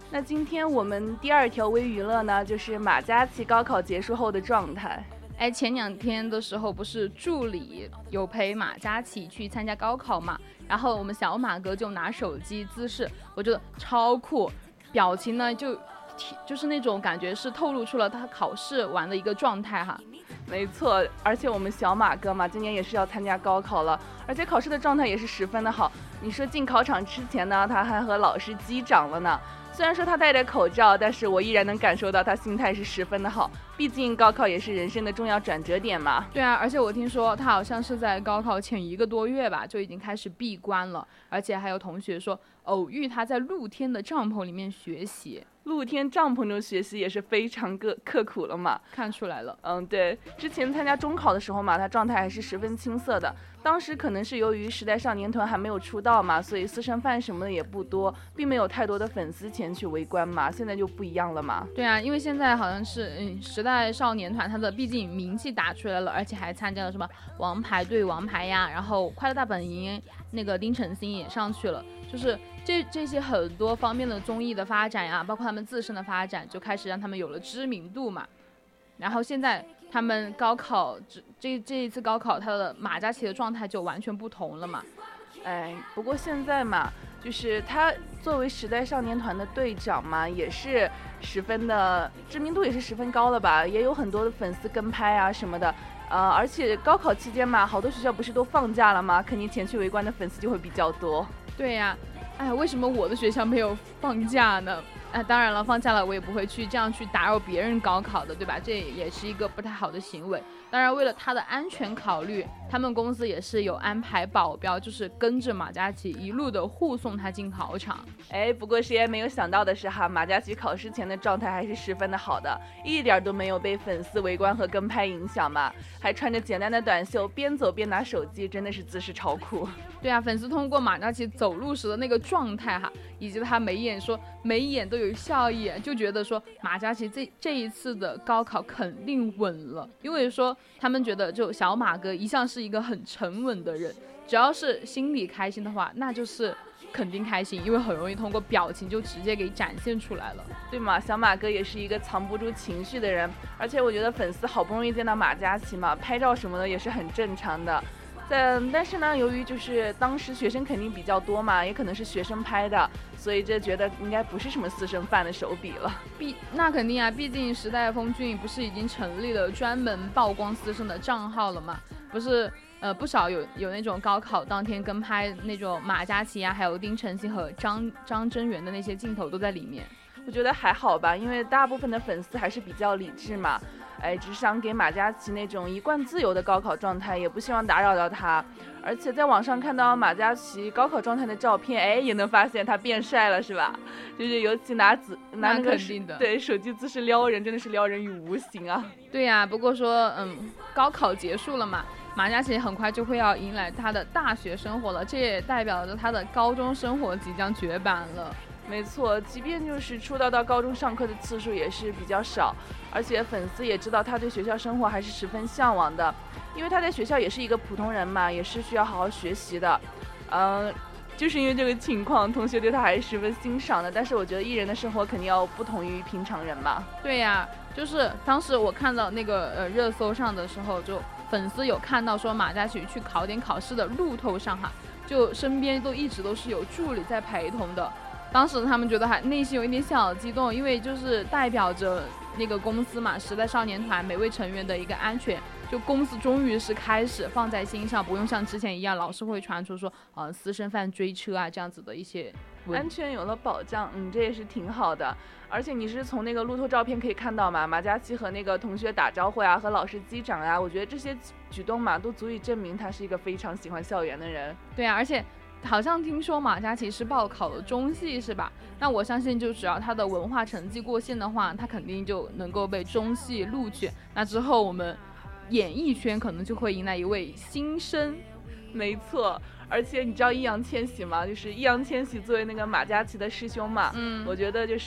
那今天我们第2条微娱乐呢，就是马嘉祺高考结束后的状态。 哎，前2天的时候不是助理有陪马嘉祺去参加高考嘛，然后我们小马哥就拿手机姿势，我觉得超酷，表情呢就是那种感觉是透露出了他考试完的一个状态哈。 没错，而且我们小马哥嘛，今年也是要参加高考了，而且考试的状态也是十分的好。你说进考场之前呢，他还和老师击掌了呢。虽然说他戴着口罩，但是我依然能感受到他心态是十分的好。毕竟高考也是人生的重要转折点嘛。 对啊，而且我听说他好像是在高考前1个多月吧，就已经开始闭关了，而且还有同学说偶遇他在露天的帐篷里面学习。 露天帐篷中学习也是非常刻苦了嘛， 看出来了。 对，之前参加中考的时候嘛，他状态还是十分青涩的。当时可能是由于时代少年团还没有出道嘛，所以私生饭什么的也不多，并没有太多的粉丝前去围观嘛。现在就不一样了嘛。 对啊，因为现在好像是时代少年团，他的毕竟名气打出来了，而且还参加了什么王牌对王牌呀，然后快乐大本营那个丁程鑫也上去了，就是这些很多方面的综艺的发展呀，包括他们自身的发展，就开始让他们有了知名度嘛。然后现在他们高考这一次高考，他的马嘉祺的状态就完全不同了嘛。 不过现在嘛，就是他作为时代少年团的队长嘛，也是十分的知名度也是十分高了吧，也有很多的粉丝跟拍啊什么的。而且高考期间嘛，好多学校不是都放假了吗？肯定前去围观的粉丝就会比较多。 对呀，为什么我的学校没有放假呢？当然了，放假了我也不会去这样去打扰别人高考的，对吧？这也是一个不太好的行为。当然，为了他的安全考虑，他们公司也是有安排保镖，就是跟着马嘉祺一路的护送他进考场。 不过谁也没有想到的是哈，马嘉祺考试前的状态还是十分的好的，一点都没有被粉丝围观和跟拍影响嘛，还穿着简单的短袖，边走边拿手机，真的是姿势超酷。 对啊，粉丝通过马嘉祺走路时的那个状态哈，以及他眉眼都有笑意，就觉得说马嘉祺这一次的高考肯定稳了，因为说他们觉得就小马哥一向是一个很沉稳的人，只要是心里开心的话，那就是肯定开心，因为很容易通过表情就直接给展现出来了。 对嘛，小马哥也是一个藏不住情绪的人，而且我觉得粉丝好不容易见到马嘉祺嘛，拍照什么的也是很正常的。但是呢，由于就是当时学生肯定比较多嘛，也可能是学生拍的，所以这觉得应该不是什么私生饭的手笔了。 那肯定啊，毕竟时代峰峻不是已经成立了专门曝光私生的账号了嘛？不是不少有那种高考当天跟拍那种马嘉祺啊，还有丁程鑫和张真源的那些镜头都在里面。 我觉得还好吧，因为大部分的粉丝还是比较理智嘛。只想给马嘉祺那种一贯自由的高考状态，也不希望打扰到他。而且在网上看到马嘉祺高考状态的照片，也能发现他变帅了，是吧？就是尤其拿那个对手机姿势撩人，真的是撩人于无形啊。 对呀，不过说高考结束了嘛，马嘉祺很快就会要迎来他的大学生活了，这也代表着他的高中生活即将绝版了。 没错，即便就是出道到高中上课的次数也是比较少，而且粉丝也知道他对学校生活还是十分向往的，因为他在学校也是一个普通人嘛，也是需要好好学习的。就是因为这个情况，同学对他还是十分欣赏的。但是我觉得艺人的生活肯定要不同于平常人嘛。 对呀，就是当时我看到那个热搜上的时候，就粉丝有看到说马嘉祺去考点考试的路途上哈，就身边一直都是有助理在陪同的。当时他们觉得还内心有一点小激动，因为就是代表着那个公司嘛，时代少年团每位成员的一个安全，就公司终于是开始放在心上，不用像之前一样老是会传出说私生饭追车啊这样子的一些安全有了保障，这也是挺好的。而且你是从那个路透照片可以看到嘛，马嘉祺和那个同学打招呼呀，和老师击掌呀，我觉得这些举动嘛，都足以证明他是一个非常喜欢校园的人。 对啊，而且好像听说马嘉祺是报考了中戏是吧？那我相信就只要他的文化成绩过线的话，他肯定就能够被中戏录取。那之后我们演艺圈可能就会迎来一位新生。 没错，而且你知道易烊千玺吗？就是易烊千玺作为那个马嘉祺的师兄嘛，我觉得就是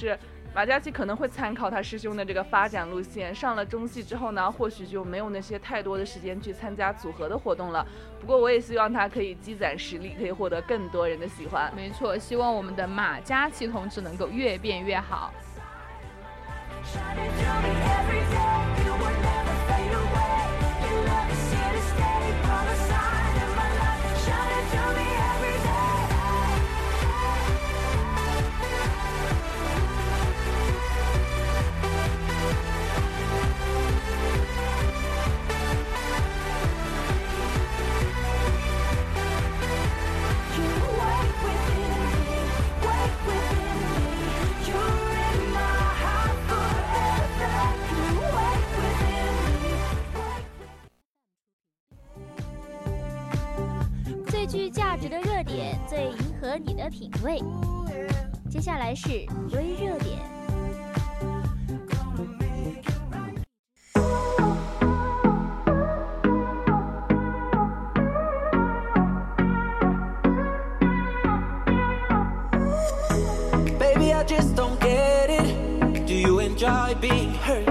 马嘉祺可能会参考他师兄的这个发展路线，上了中戏之后呢，或许就没有那些太多的时间去参加组合的活动了。不过我也希望他可以积攒实力，可以获得更多人的喜欢。 没错，希望我们的马嘉祺同志能够越变越好。 最具价值的热点，最迎合你的品味。接下来是微热点。 Baby, I just don't get it. Do you enjoy being hurt?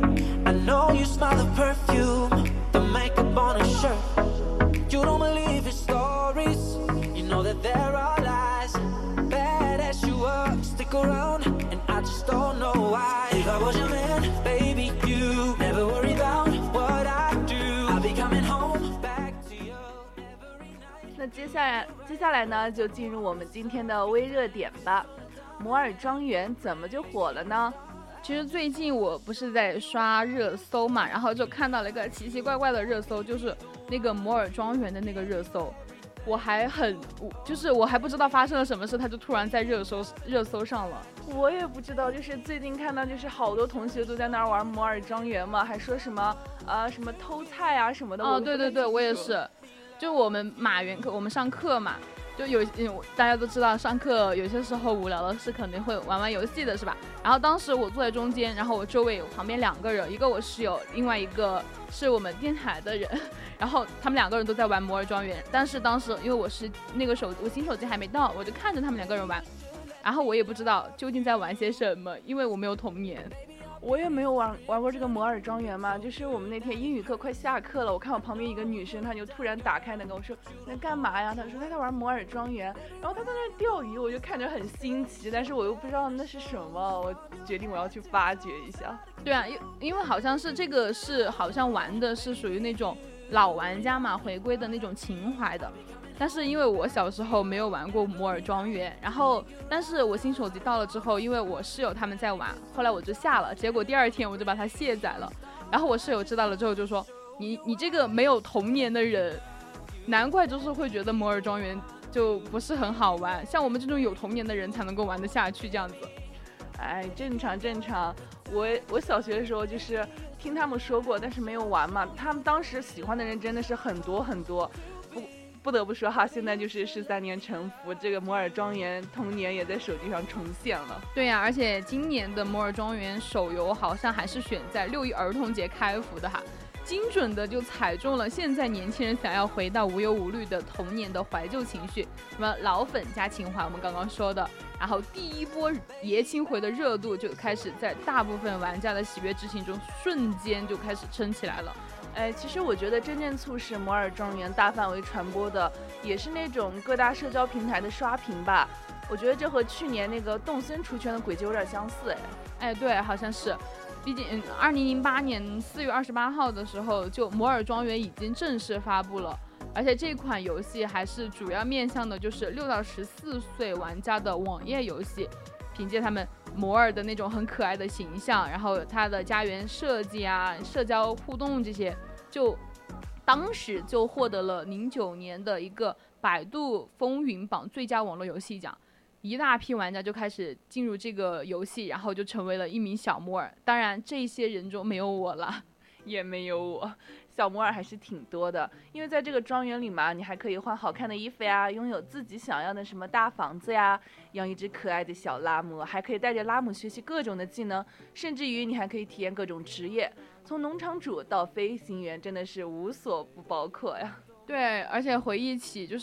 I know you smell the perfume, the makeup on a shirt.You don't believe his stories. You know that there are lies. Bad as you are, stick around, and I just don't know why. If I was your man, baby, you never worry about what I do. I'll be coming home back to you every night. 那接下来呢，就进入我们今天的微热点吧。摩尔庄园怎么就火了呢？ 其实最近我不是在刷热搜嘛，然后就看到了一个奇奇怪怪的热搜，就是那个摩尔庄园的那个热搜，我还不知道发生了什么事，它就突然在热搜上了。 我也不知道，就是最近看到就是好多同学都在那儿玩摩尔庄园嘛，还说什么什么偷菜啊什么的。 哦，对对对，我也是，就我们马原课我们上课嘛。就大家都知道上课有些时候无聊的是肯定会玩游戏的是吧，然后当时我坐在中间，然后我周围有旁边2个人，一个我室友，另外一个是我们电台的人，然后他们2个人都在玩摩尔庄园，但是当时因为我是那个我新手机还没到，我就看着他们2个人玩，然后我也不知道究竟在玩些什么，因为我没有童年。 我也没有玩过这个摩尔庄园嘛，就是我们那天英语课快下课了，我看我旁边一个女生，她就突然打开那个，我说那干嘛呀？她说她在玩摩尔庄园，然后她在那钓鱼，我就看着很新奇，但是我又不知道那是什么，我决定我要去发掘一下。 对啊，因为好像是这个好像玩的是属于那种老玩家嘛，回归的那种情怀的。但是因为我小时候没有玩过摩尔庄园，然后但是我新手机到了之后，因为我室友他们在玩，后来我就下了，结果第2天我就把它卸载了，然后我室友知道了之后就说你这个没有童年的人，难怪就是会觉得摩尔庄园就不是很好玩，像我们这种有童年的人才能够玩得下去这样子。 哎，正常，我小学的时候就是听他们说过，但是没有玩嘛，他们当时喜欢的人真的是很多，不得不说哈，现在就是13年沉浮，这个摩尔庄园童年也在手机上重现了。 对呀，而且今年的摩尔庄园手游好像还是选在6一儿童节开服的哈，精准的就踩中了现在年轻人想要回到无忧无虑的童年的怀旧情绪，什么老粉加情怀，我们刚刚说的，然后第一波爷青回的热度就开始在大部分玩家的喜悦之情中瞬间就开始撑起来了。 其实我觉得真正促使摩尔庄园大范围传播的，也是那种各大社交平台的刷屏吧。我觉得这和去年那个动森出圈的轨迹有点相似。 对，好像是。毕竟2008年4月28号的时候，就摩尔庄园已经正式发布了，而且这款游戏还是主要面向的就是6到14岁玩家的网页游戏。凭借他们摩尔的那种很可爱的形象，然后它的家园设计啊、社交互动这些，就当时就获得了09年的一个百度风云榜最佳网络游戏奖。一大批玩家就开始进入这个游戏，然后就成为了一名小摩尔。当然，这些人中没有我了， 也没有我。小摩尔还是挺多的，因为在这个庄园里嘛，你还可以换好看的衣服呀，拥有自己想要的什么大房子呀，养一只可爱的小拉姆，还可以带着拉姆学习各种的技能，甚至于你还可以体验各种职业，从农场主到飞行员，真的是无所不包括呀。 对，而且回忆起就是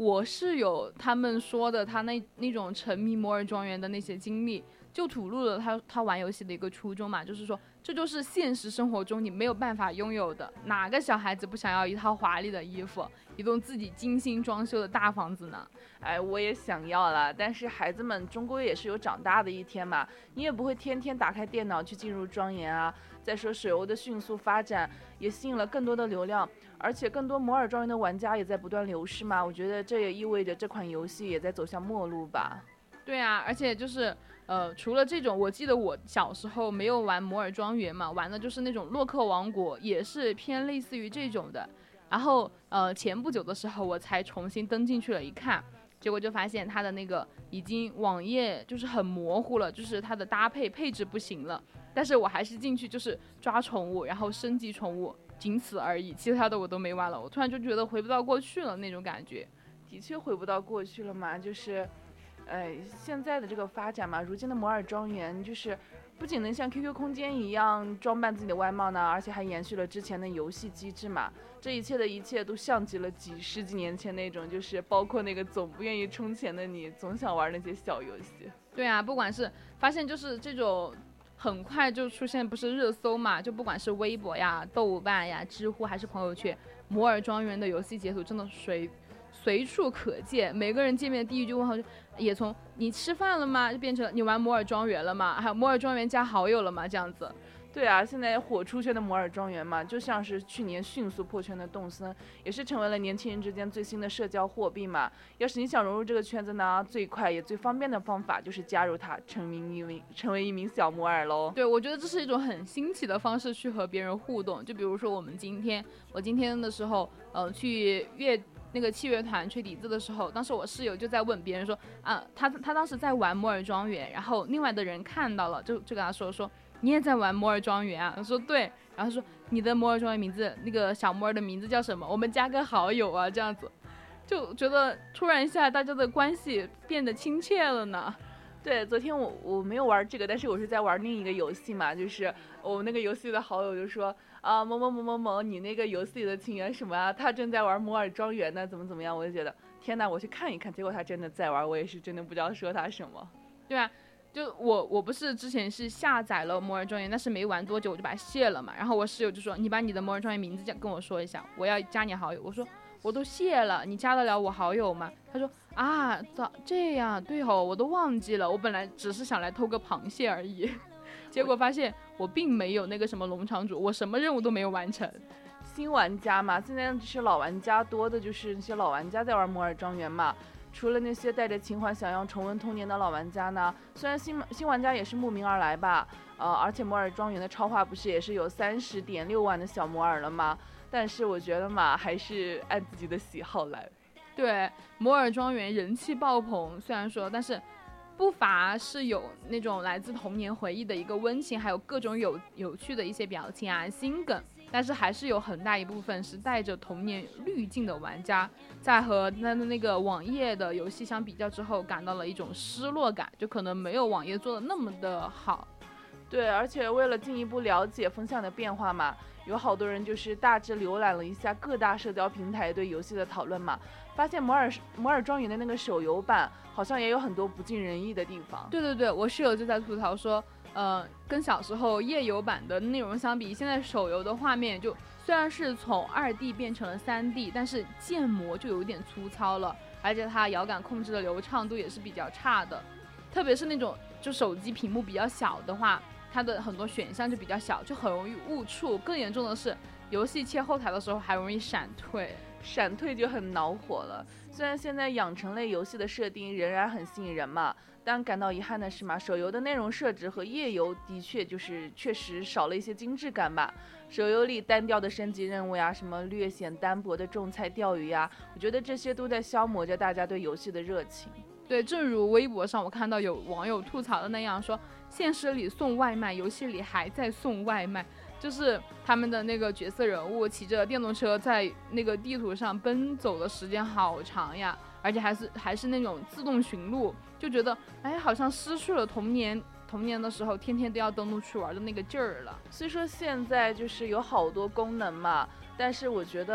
我室友他们说的他那种沉迷摩尔庄园的那些经历，就吐露了他玩游戏的一个初衷嘛，就是说这就是现实生活中你没有办法拥有的。哪个小孩子不想要一套华丽的衣服，一栋自己精心装修的大房子呢？ 哎，我也想要了，但是孩子们终归也是有长大的一天嘛，你也不会天天打开电脑去进入庄园啊。再说手游的迅速发展也吸引了更多的流量，而且更多摩尔庄园的玩家也在不断流失嘛，我觉得这也意味着这款游戏也在走向末路吧。 对啊，而且就是除了这种，我记得我小时候没有玩摩尔庄园嘛，玩的就是那种洛克王国，也是偏类似于这种的。然后前不久的时候我才重新登进去了一看，结果就发现它的那个已经网页就是很模糊了，就是它的搭配置不行了。但是我还是进去就是抓宠物，然后升级宠物，仅此而已，其他的我都没玩了。我突然就觉得回不到过去了那种感觉。 的确回不到过去了嘛，就是现在的这个发展嘛，如今的摩尔庄园就是不仅能像 QQ 空间一样装扮自己的外貌呢，而且还延续了之前的游戏机制嘛。这一切都像极了十几年前那种，就是包括那个总不愿意充钱的你，总想玩那些小游戏。 对啊，不管是发现就是这种很快就出现不是热搜嘛，就不管是微博呀、豆瓣呀、知乎还是朋友圈，摩尔庄园的游戏截图真的随处可见。每个人见面第一句问候也从你吃饭了吗就变成你玩摩尔庄园了吗，还有摩尔庄园加好友了吗，这样子。 对啊，现在火出圈的摩尔庄园嘛，就像是去年迅速破圈的动森，也是成为了年轻人之间最新的社交货币嘛。要是你想融入这个圈子呢，最快也最方便的方法就是加入它，成为一名小摩尔喽。 对，我觉得这是一种很新奇的方式去和别人互动。就比如说我今天的时候，去那个器乐团吹笛子的时候，当时我室友就在问别人说啊，他当时在玩摩尔庄园，然后另外的人看到了，就跟他说你也在玩摩尔庄园啊？他说对，然后他说你的摩尔庄园名字，那个小摩尔的名字叫什么？我们加个好友啊，这样子，就觉得突然一下大家的关系变得亲切了呢。 对，昨天我没有玩这个，但是我是在玩另一个游戏嘛，就是我那个游戏的好友就说啊某某某某某，你那个游戏的情缘什么啊？他正在玩摩尔庄园呢，怎么样？我就觉得天哪，我去看一看，结果他真的在玩，我也是真的不知道说他什么。 对啊。就我不是之前是下载了摩尔庄园，但是没玩多久我就把它卸了嘛。然后我室友就说你把你的摩尔庄园名字跟我说一下，我要加你好友。我说我都卸了，你加得了我好友吗？他说啊，这样对哦，我都忘记了，我本来只是想来偷个螃蟹而已，结果发现我并没有那个什么农场主，我什么任务都没有完成。 新玩家嘛，现在是老玩家多的，就是那些老玩家在玩摩尔庄园嘛。除了那些带着情怀想要重温童年的老玩家呢，虽然新玩家也是慕名而来吧，而且摩尔庄园的超话不是也是有30.6万的小摩尔了吗？但是我觉得嘛，还是按自己的喜好来。 对，摩尔庄园人气爆棚，虽然说，但是不乏是有那种来自童年回忆的一个温情，还有各种有趣的一些表情啊、心梗。但是还是有很大一部分是带着童年滤镜的玩家，在和他的那个网页的游戏相比较之后，感到了一种失落感，就可能没有网页做的那么的好。 对，而且为了进一步了解风向的变化嘛，有好多人就是大致浏览了一下各大社交平台对游戏的讨论嘛，发现摩尔庄园的那个手游版好像也有很多不尽人意的地方。 对，我室友就在吐槽说跟小时候页游版的内容相比，现在手游的画面就虽然是从2D 变成了3D， 但是建模就有点粗糙了，而且它摇杆控制的流畅度也是比较差的，特别是那种就手机屏幕比较小的话，它的很多选项就比较小，就很容易误触。更严重的是，游戏切后台的时候还容易闪退就很恼火了。虽然现在养成类游戏的设定仍然很吸引人嘛，但感到遗憾的是嘛，手游的内容设置和页游的确实少了一些精致感吧。手游里单调的升级任务呀，什么略显单薄的种菜钓鱼呀，我觉得这些都在消磨着大家对游戏的热情。 对，正如微博上我看到有网友吐槽的那样，说现实里送外卖，游戏里还在送外卖，就是他们的那个角色人物骑着电动车在那个地图上奔走的时间好长呀，而且还是那种自动寻路，就觉得好像失去了童年的时候天天都要登录去玩的那个劲儿了。 虽说现在就是有好多功能嘛，但是我觉得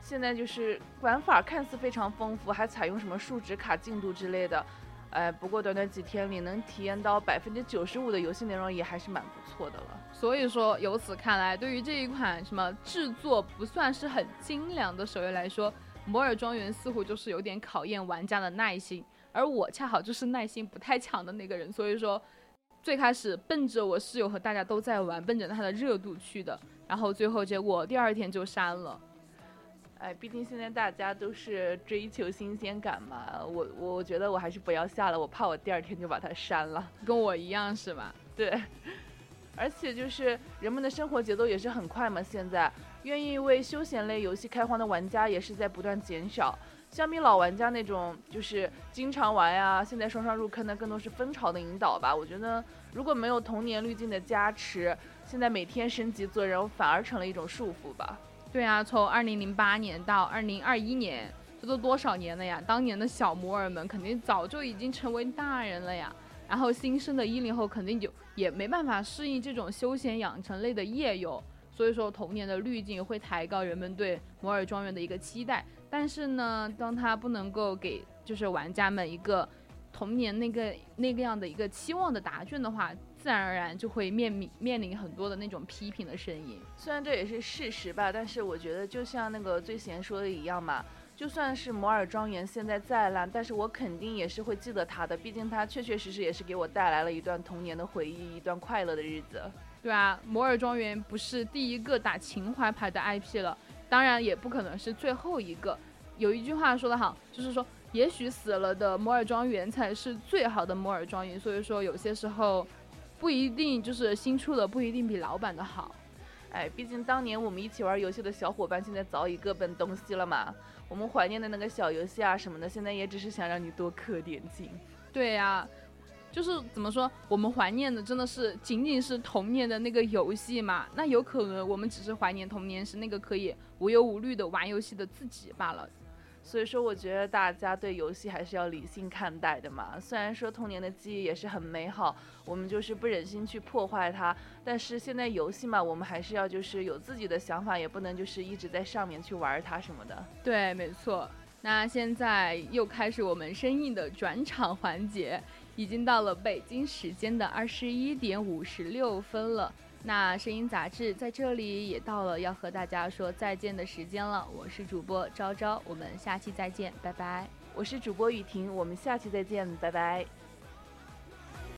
现在就是玩法看似非常丰富，还采用什么数值卡进度之类的。不过短短几天里能体验到95%的游戏内容也还是蛮不错的了。 所以说由此看来，对于这一款什么制作不算是很精良的手游来说，摩尔庄园似乎就是有点考验玩家的耐心，而我恰好就是耐心不太强的那个人，所以说最开始奔着我室友和大家都在玩，奔着它的热度去的，然后最后结果第2天就删了。 毕竟现在大家都是追求新鲜感嘛，我觉得我还是不要下了，我怕我第2天就把它删了。 跟我一样是吧？ 对，而且就是人们的生活节奏也是很快嘛，现在愿意为休闲类游戏开荒的玩家也是在不断减少。相比老玩家那种就是经常玩呀，现在双双入坑的更多是风潮的引导吧。我觉得如果没有童年滤镜的加持，现在每天升级做人反而成了一种束缚吧。 对啊，从2008年到2021年，这都多少年了呀？当年的小摩尔们肯定早就已经成为大人了呀。然后新生的10后肯定就也没办法适应这种休闲养成类的夜游，所以说童年的滤镜会抬高人们对摩尔庄园的一个期待。但是呢，当它不能够给就是玩家们一个童年那个样的一个期望的答卷的话，自然而然就会面临很多的那种批评的声音。 虽然这也是事实吧，但是我觉得就像那个最贤说的一样嘛，就算是摩尔庄园现在再烂，但是我肯定也是会记得它的，毕竟它确确实实也是给我带来了一段童年的回忆，一段快乐的日子。 对啊，摩尔庄园不是第一个打情怀牌的 IP 了，当然也不可能是最后一个。有一句话说得好，就是说也许死了的摩尔庄园才是最好的摩尔庄园，所以说有些时候不一定就是新出的不一定比老版的好。 毕竟当年我们一起玩游戏的小伙伴现在早已各奔东西了嘛，我们怀念的那个小游戏啊什么的，现在也只是想让你多氪点金。 对呀，就是怎么说，我们怀念的真的是仅仅是童年的那个游戏嘛？那有可能我们只是怀念童年时那个可以无忧无虑的玩游戏的自己罢了。 所以说我觉得大家对游戏还是要理性看待的嘛，虽然说童年的记忆也是很美好，我们就是不忍心去破坏它，但是现在游戏嘛，我们还是要就是有自己的想法，也不能就是一直在上面去玩它什么的。 对，没错。那现在又开始我们生硬的转场环节，已经到了北京时间的21点56分了。那声音杂志在这里也到了要和大家说再见的时间了，我是主播昭昭，我们下期再见，拜拜。 我是主播雨婷，我们下期再见，拜拜。